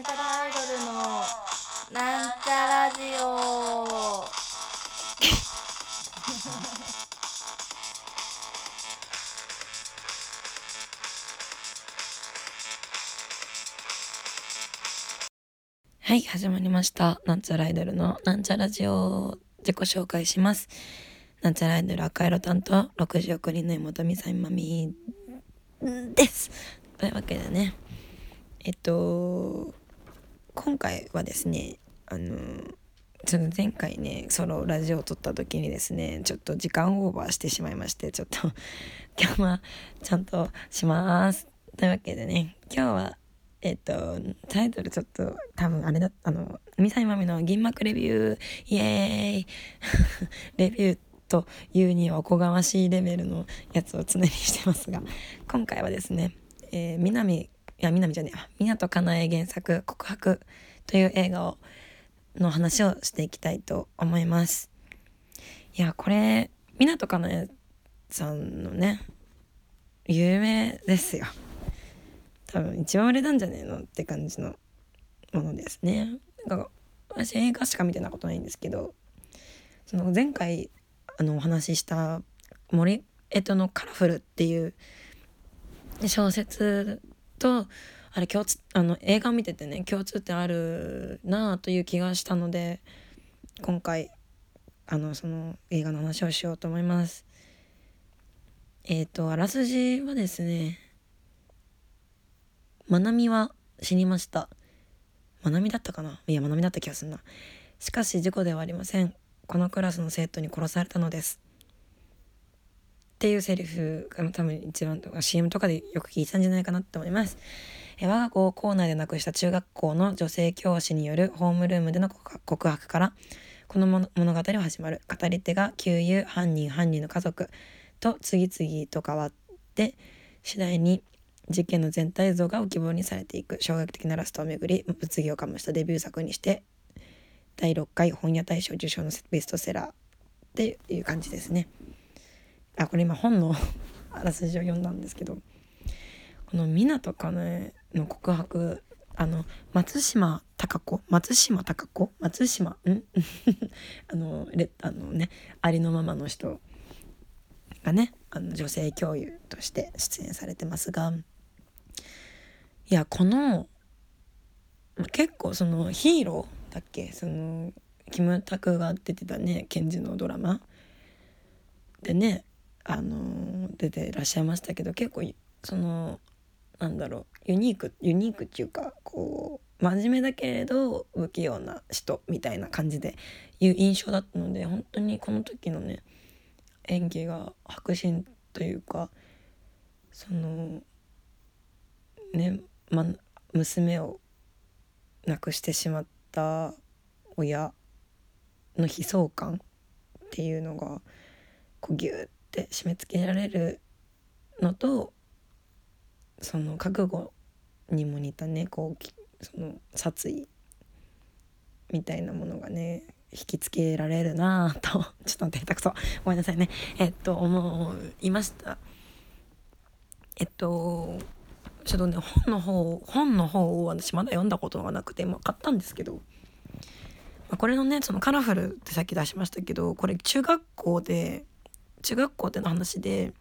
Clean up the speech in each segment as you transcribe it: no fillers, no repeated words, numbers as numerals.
なんちゃらアイドルのなんちゃラジオ。 はい、始まりました。なんちゃらアイドルのなんちゃラジオ。自己紹介します。なんちゃらアイドル赤色担当60億人の妹みさんまみです。というわけでね、今回はですね、ちょっと前回ねソロラジオを撮った時にですね、ちょっと時間オーバーしてしまいまして、ちょっと今日はちゃんとします。というわけでね、今日はタイトルちょっと多分あれだ、みさいまみの銀幕レビューイエーイレビューというにはおこがましいレベルのやつを常にしてますが、今回はですね、南じゃねえ湊かなえ原作告白という映画の話をしていきたいと思います。いや、これ湊かなえさんのね、有名ですよ。多分一番売れたんじゃねえのって感じのものですね。なんか私映画しか見てなことないんですけど、その前回お話しした森江戸のカラフルっていう小説とあれ映画を見ててね、共通点あるなという気がしたので、今回その映画の話をしようと思います。あらすじはですね、まなみは死にました。まなみだったかな、いやまなみだった気がするな。しかし事故ではありません。このクラスの生徒に殺されたのですっていうセリフが多分一番CM とかでよく聞いたんじゃないかなって思います。我が子を校内で亡くした中学校の女性教師によるホームルームでの告白からこの物語は始まる。語り手が旧友、犯人の家族と次々と変わって次第に事件の全体像が浮き彫りにされていく衝撃的なラストをめぐり、物議を醸したデビュー作にして第6回本屋大賞受賞のベストセラーっていう感じですね。これ今本のあらすじを読んだんですけど、この湊かなえの告白、松島貴子ありのままの人がね、女性教諭として出演されてますが、いやこの結構そのヒーローだっけ、そのキムタクが出てたね検事のドラマでね、出てらっしゃいましたけど、結構そのユニークっていうか、こう真面目だけれど不器用な人みたいな感じでいう印象だったので、本当にこの時のね演技が迫真というか、そのね、娘を亡くしてしまった親の悲壮感っていうのがこうギューって締め付けられるのと、その覚悟にも似たね、こうその殺意みたいなものがね引きつけられるなとちょっと待って、下手くそごめんなさいね、思いました。ちょっとね、本の方を私まだ読んだことがなくて、買ったんですけど、これのね、そのカラフルってさっき出しましたけど、これ中学校での話で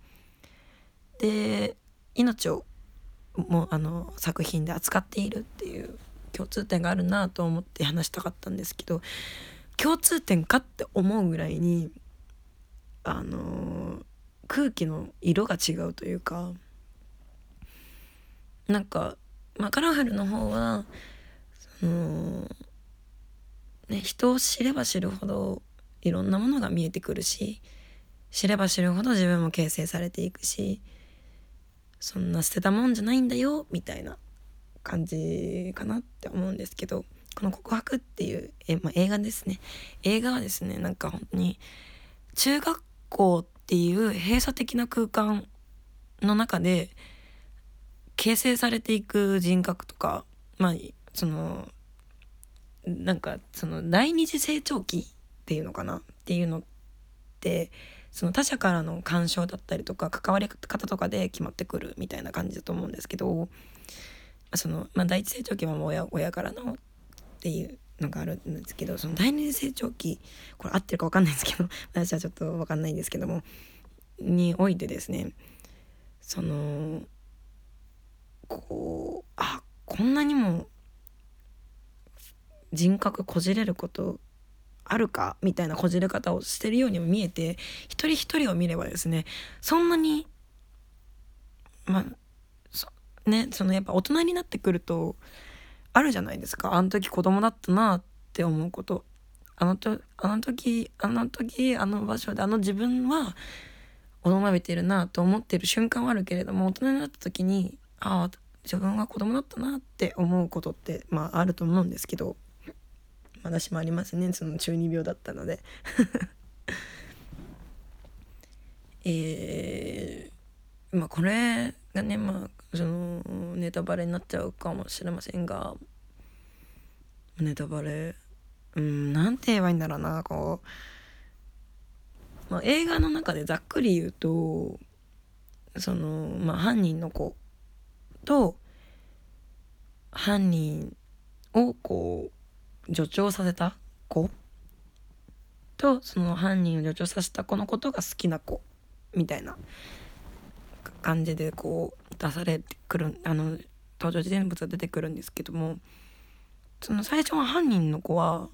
命をも作品で扱っているっていう共通点があるなと思って話したかったんですけど、共通点かって思うぐらいに空気の色が違うというか、なんか、カラフルの方はそのね、人を知れば知るほどいろんなものが見えてくるし、知れば知るほど自分も形成されていくし、そんな捨てたもんじゃないんだよみたいな感じかなって思うんですけど、この告白っていう映画ですね。映画はですね、なんか本当に中学校っていう閉鎖的な空間の中で形成されていく人格とか、その第二次成長期っていうのかなっていうのって、その他者からの干渉だったりとか関わり方とかで決まってくるみたいな感じだと思うんですけど、 第一成長期はもう親からのっていうのがあるんですけど、その第二成長期、これ合ってるか分かんないんですけど私はちょっと分かんないんですけどもにおいてですね、こんなにも人格こじれることあるかみたいなこじれ方をしてるようにも見えて、一人一人を見ればですね、そんなにやっぱ大人になってくるとあるじゃないですか。あの時子供だったなって思うこと、あの時あの場所で自分は大人びてるなと思ってる瞬間はあるけれども、大人になった時に自分は子供だったなって思うことってあると思うんですけど、私もありますね。その中二病だったのでこれがねネタバレになっちゃうかもしれませんが、ネタバレなんて言えばいいんだろうな、映画の中でざっくり言うと犯人の子と犯人を助長させた子と、その犯人を助長させた子のことが好きな子みたいな感じで出されてくる登場人物が出てくるんですけども、最初は犯人の子は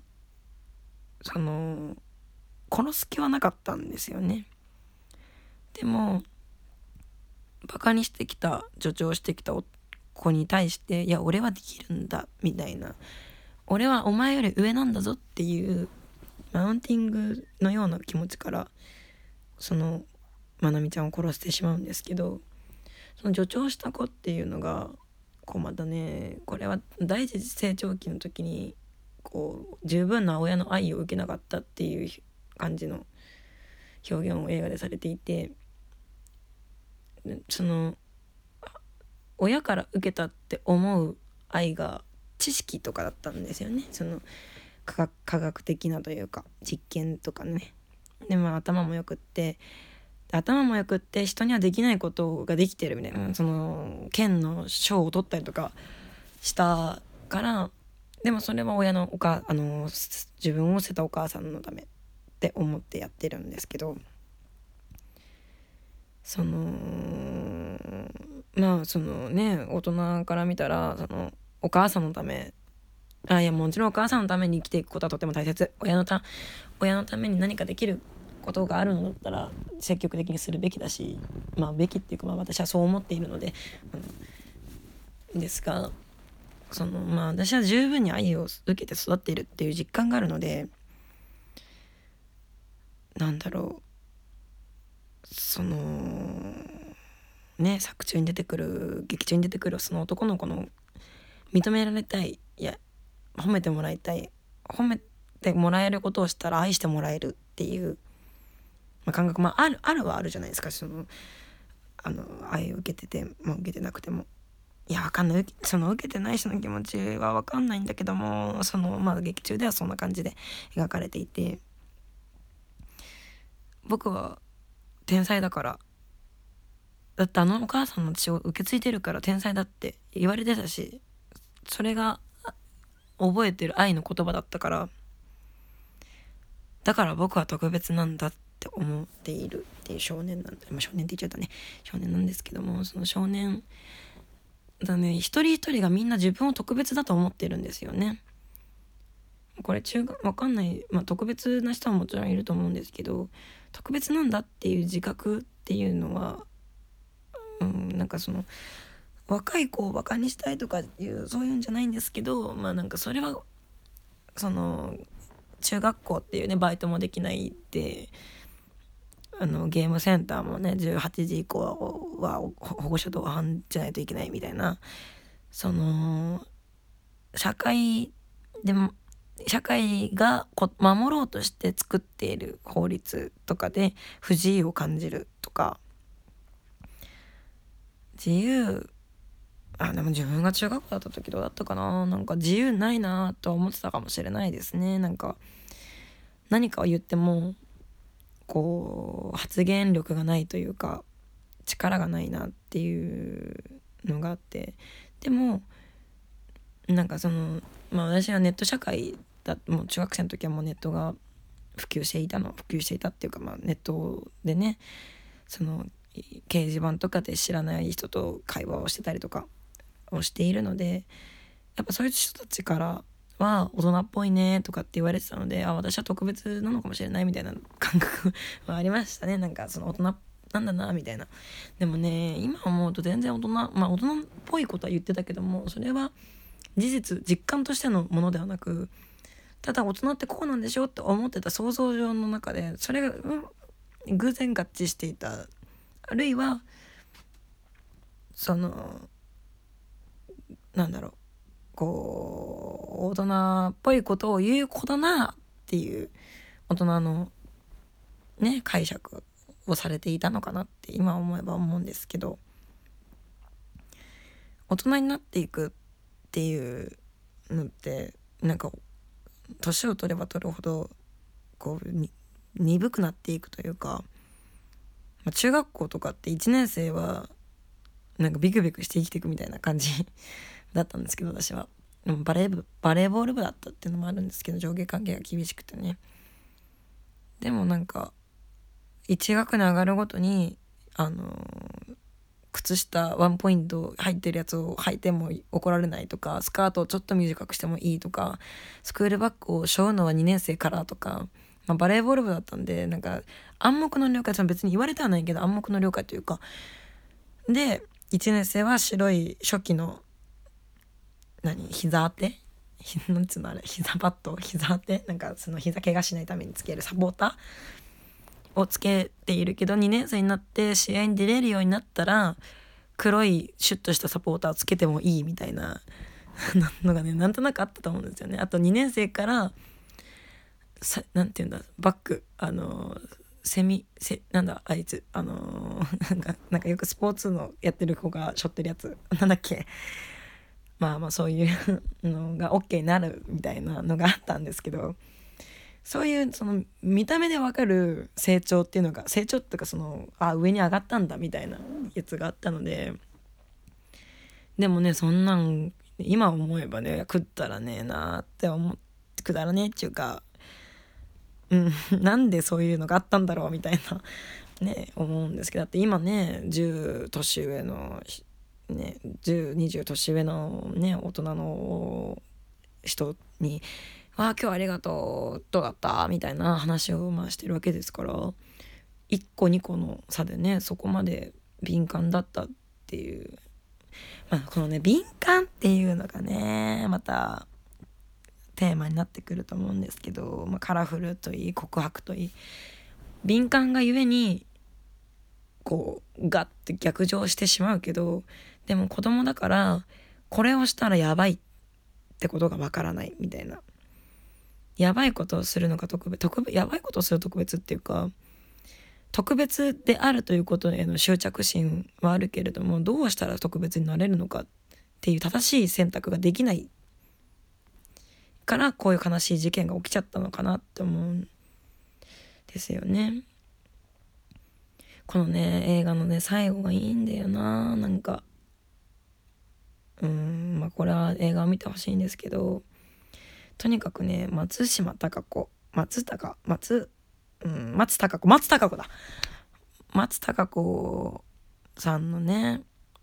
殺す気はなかったんですよね。でもバカにしてきた助長してきた子に対して、いや俺はできるんだみたいな、俺はお前より上なんだぞっていうマウンティングのような気持ちからまなみちゃんを殺してしまうんですけど、その助長した子っていうのがまたね、これは第一次成長期の時に十分な親の愛を受けなかったっていう感じの表現を映画でされていて、親から受けたって思う愛が知識とかだったんですよね。科学的なというか実験とかね。で頭もよくって人にはできないことができてるみたいな、県の賞を取ったりとかしたから、でもそれは親の自分を捨てたお母さんのためって思ってやってるんですけど、大人から見たらお母さんのため、いやもちろんお母さんのために生きていくことはとても大切、親のために何かできることがあるのだったら積極的にするべきだし、べきっていうか私はそう思っているのでですが、私は十分に愛を受けて育っているっていう実感があるので、劇中に出てくるその男の子の認められたい、いや褒めてもらいたい、褒めてもらえることをしたら愛してもらえるっていう、感覚あるはあるじゃないですか。愛を受けてても受けてなくても、いやわかんない、受けてない人の気持ちはわかんないんだけども、劇中ではそんな感じで描かれていて、僕は天才だから、だってお母さんの血を受け継いでるから天才だって言われてたし、それが覚えてる愛の言葉だったから、だから僕は特別なんだって思っているっていう少年なんだ、少年って言っちゃったね、少年なんですけども、その少年だね、一人一人がみんな自分を特別だと思ってるんですよね。これわかんない、特別な人はもちろんいると思うんですけど、特別なんだっていう自覚っていうのは若い子をバカにしたいとかそういうんじゃないんですけど、それは中学校っていうねバイトもできないで、ゲームセンターもね18時以降は保護者同伴じゃないといけないみたいな、社会が守ろうとして作っている法律とかで不自由を感じるとか、でも自分が中学校だった時どうだったかな、自由ないなとは思ってたかもしれないですね。何かを言っても発言力がないというか力がないなっていうのがあって、でもなんか私はネット社会もう中学生の時はもうネットが普及していたっていうか、ネットでね掲示板とかで知らない人と会話をしてたりとかをしているので、やっぱそういう人たちからは大人っぽいねとかって言われてたので、私は特別なのかもしれないみたいな感覚はありましたね。なんか大人なんだなみたいな。でもね、今思うと全然大人っぽいことは言ってたけども、それは実感としてのものではなく、ただ大人ってこうなんでしょって思ってた想像上の中で、それが、偶然合致していた、あるいはなんだろう、大人っぽいことを言う子だなっていう大人のね解釈をされていたのかなって今思えば思うんですけど、大人になっていくっていうのってなんか年を取れば取るほど鈍くなっていくというか、中学校とかって1年生はなんかビクビクして生きていくみたいな感じだったんですけど、私はでもバレーボール部だったっていうのもあるんですけど、上下関係が厳しくてね。でもなんか1学年上がるごとに靴下ワンポイント入ってるやつを履いても怒られないとか、スカートをちょっと短くしてもいいとか、スクールバッグを背負うのは2年生からとか、バレーボール部だったんで、なんか暗黙の了解、別に言われてはないけど暗黙の了解というかで、1年生は白い初期の膝当てなんつうのあれ、膝パッド、膝当て、なんか膝怪我しないためにつけるサポーターをつけているけど、2年生になって試合に出れるようになったら黒いシュッとしたサポーターをつけてもいいみたいなのがね、なんとなくあったと思うんですよね。あと2年生からなんていうんだ、バッグなんだあいつなんかよくスポーツのやってる子が背負ってるやつなんだっけ、そういうのが OK になるみたいなのがあったんですけど、そういう見た目でわかる成長っていうのが、成長っていうか上に上がったんだみたいなやつがあったので、でもね、そんなん今思えばね、食ったらねえなってくだらねえっていうか、なんでそういうのがあったんだろうみたいなね思うんですけど、だって今ね10年上のね10、20年上のね大人の人に今日ありがとうどうだったみたいな話をしてるわけですから、1個2個の差でねそこまで敏感だったっていう、このね敏感っていうのがねまたテーマになってくると思うんですけど、カラフルといい告白といい、敏感がゆえにガッて逆上してしまうけど、でも子供だからこれをしたらやばいってことがわからないみたいな、やばいことをするのがやばいことをする特別っていうか、特別であるということへの執着心はあるけれども、どうしたら特別になれるのかっていう正しい選択ができないからこういう悲しい事件が起きちゃったのかなって思うんですよね。このね映画のね最後がいいんだよな。なんかこれは映画を見てほしいんですけど、とにかくね松たか子だ松たか子さんのね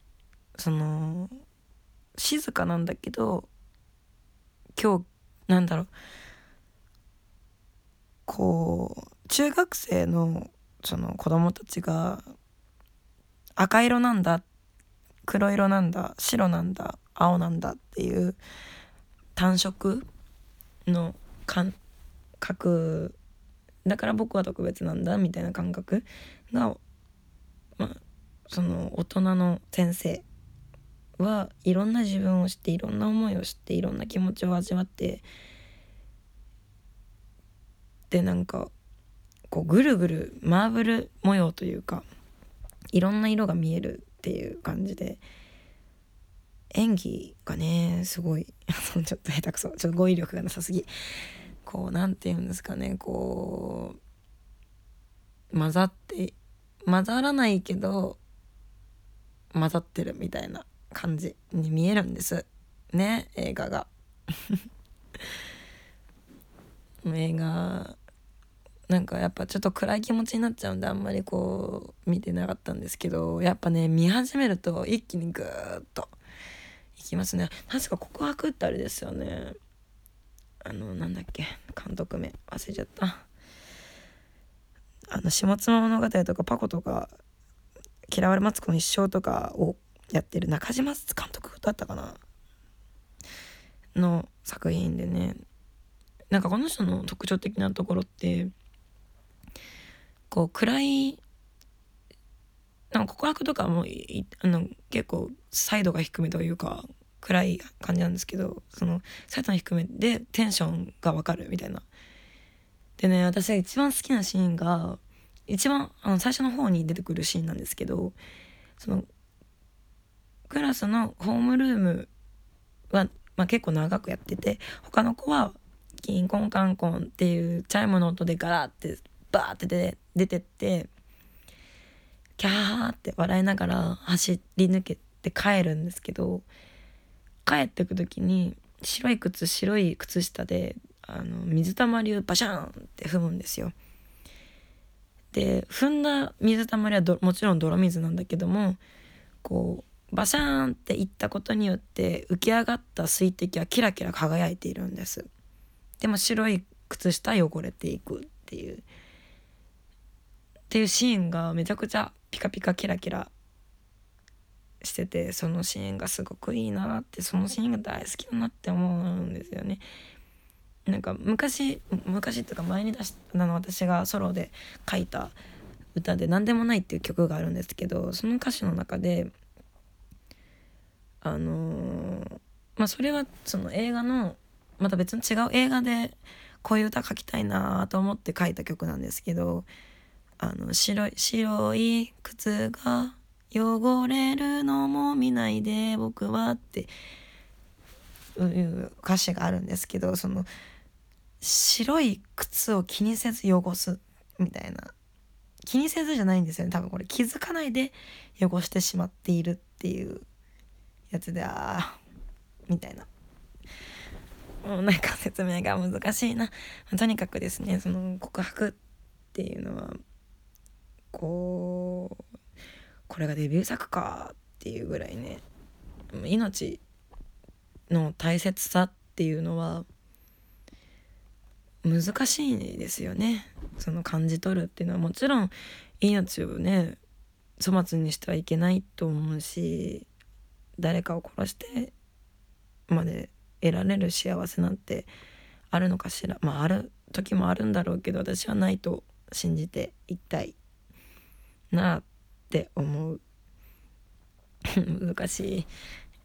静かなんだけど今日中学生の子供たちが赤色なんだ、黒色なんだ、白なんだ、青なんだっていう単色の感覚だから僕は特別なんだみたいな感覚が、大人の先生はいろんな自分を知って、いろんな思いを知って、いろんな気持ちを味わって、でぐるぐるマーブル模様というかいろんな色が見えるっていう感じで、演技がねすごいちょっと下手くそ、ちょっと語彙力がなさすぎ、なんていうんですかね、混ざらないけど混ざってるみたいな感じに見えるんです。 ね、映画が映画なんかやっぱちょっと暗い気持ちになっちゃうんであんまりこう見てなかったんですけど、やっぱね見始めると一気にグーッといきますね。確か告白ってあれですよね、なんだっけ監督名忘れちゃった。下妻物語とかパコとか嫌われマツコの一生とかをやってる中島監督だったかなの作品でね、なんかこの人の特徴的なところってこう暗いなんか告白とかも結構サイドが低めというか暗い感じなんですけど、そのサイドが低めでテンションがわかるみたいな。でね、私が一番好きなシーンが一番最初の方に出てくるシーンなんですけど、そのクラスのホームルームは、結構長くやってて、他の子はキンコンカンコンっていうチャイムの音でガラーってバーって出てってキャーって笑いながら走り抜けて帰るんですけど、帰ってく時に白い靴下で水たまりをバシャーンって踏むんですよ。で踏んだ水たまりはもちろん泥水なんだけども、こうバシャーンっていったことによって浮き上がった水滴はキラキラ輝いているんです。でも白い靴下汚れていくっていうシーンがめちゃくちゃピカピカキラキラしてて、そのシーンがすごくいいなって、そのシーンが大好きだなって思うんですよね。なんか昔っていうか前に出した私がソロで書いた歌でなんでもないっていう曲があるんですけど、その歌詞の中でそれはその映画のまた別の違う映画でこういう歌書きたいなと思って書いた曲なんですけど、白い靴が汚れるのも見ないで僕はっていう歌詞があるんですけど、その白い靴を気にせず汚すみたいな、気にせずじゃないんですよね、多分これ気づかないで汚してしまっているっていうやつで、みたいな、もうなんか説明が難しいな。とにかくですね、その告白っていうのはこれがデビュー作かっていうぐらいね、命の大切さっていうのは難しいですよね。その感じ取るっていうのはもちろん命をね粗末にしてはいけないと思うし、誰かを殺してまで得られる幸せなんてあるのかしら。ある時もあるんだろうけど、私はないと信じていたいなって思う難しい。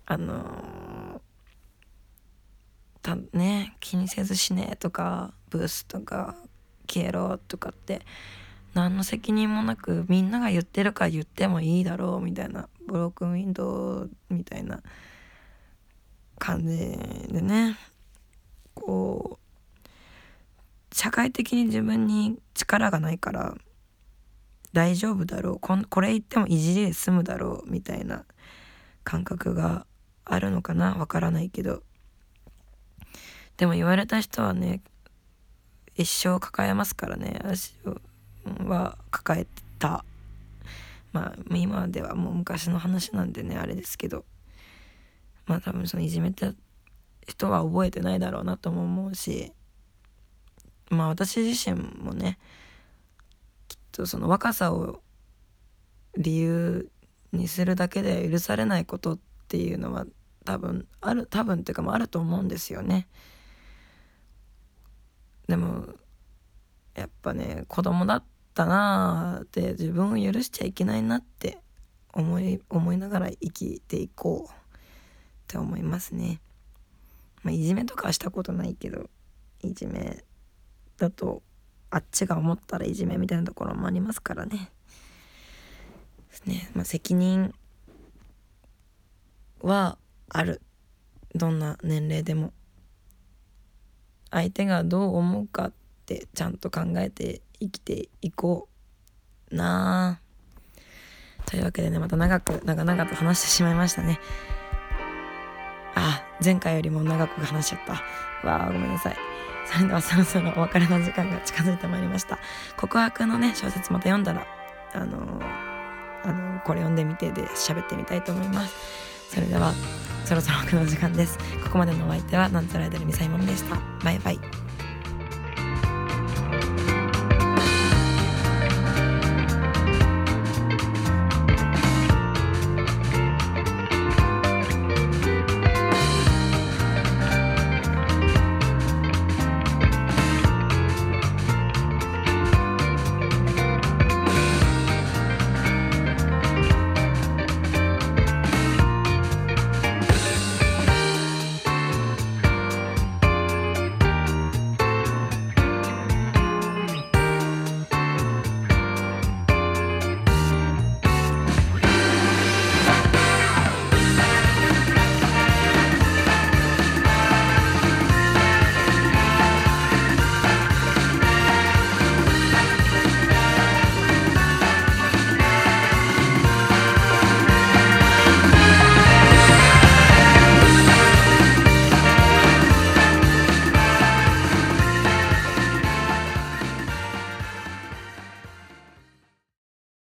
気にせず死ねとかブースとか消えろとかって何の責任もなくみんなが言ってるから言ってもいいだろうみたいな、ブロークンウィンドウみたいな感じでね、こう社会的に自分に力がないから大丈夫だろう、これ言ってもいじりで済むだろうみたいな感覚があるのかな、わからないけど、でも言われた人はね一生抱えますからね。私は抱えた。今ではもう昔の話なんでねあれですけど、多分そのいじめた人は覚えてないだろうなとも思うし、私自身もねきっとその若さを理由にするだけで許されないことっていうのは多分っていうかあると思うんですよね。でもやっぱね子供だったなーって自分を許しちゃいけないなって思いながら生きていこうって思いますね。いじめとかはしたことないけど、いじめだとあっちが思ったらいじめみたいなところもありますからね。責任はある。どんな年齢でも相手がどう思うかってちゃんと考えて生きていこうなというわけでね、また長々と話してしまいましたね。 前回よりも長く話しちゃったわー、ごめんなさい。それではそろそろお別れの時間が近づいてまいりました。告白のね小説また読んだらこれ読んでみてで喋ってみたいと思います。それではそろそろ僕の時間です。ここまでのお相手はなんちゃらアイドルみさいもみでした。バイバイ。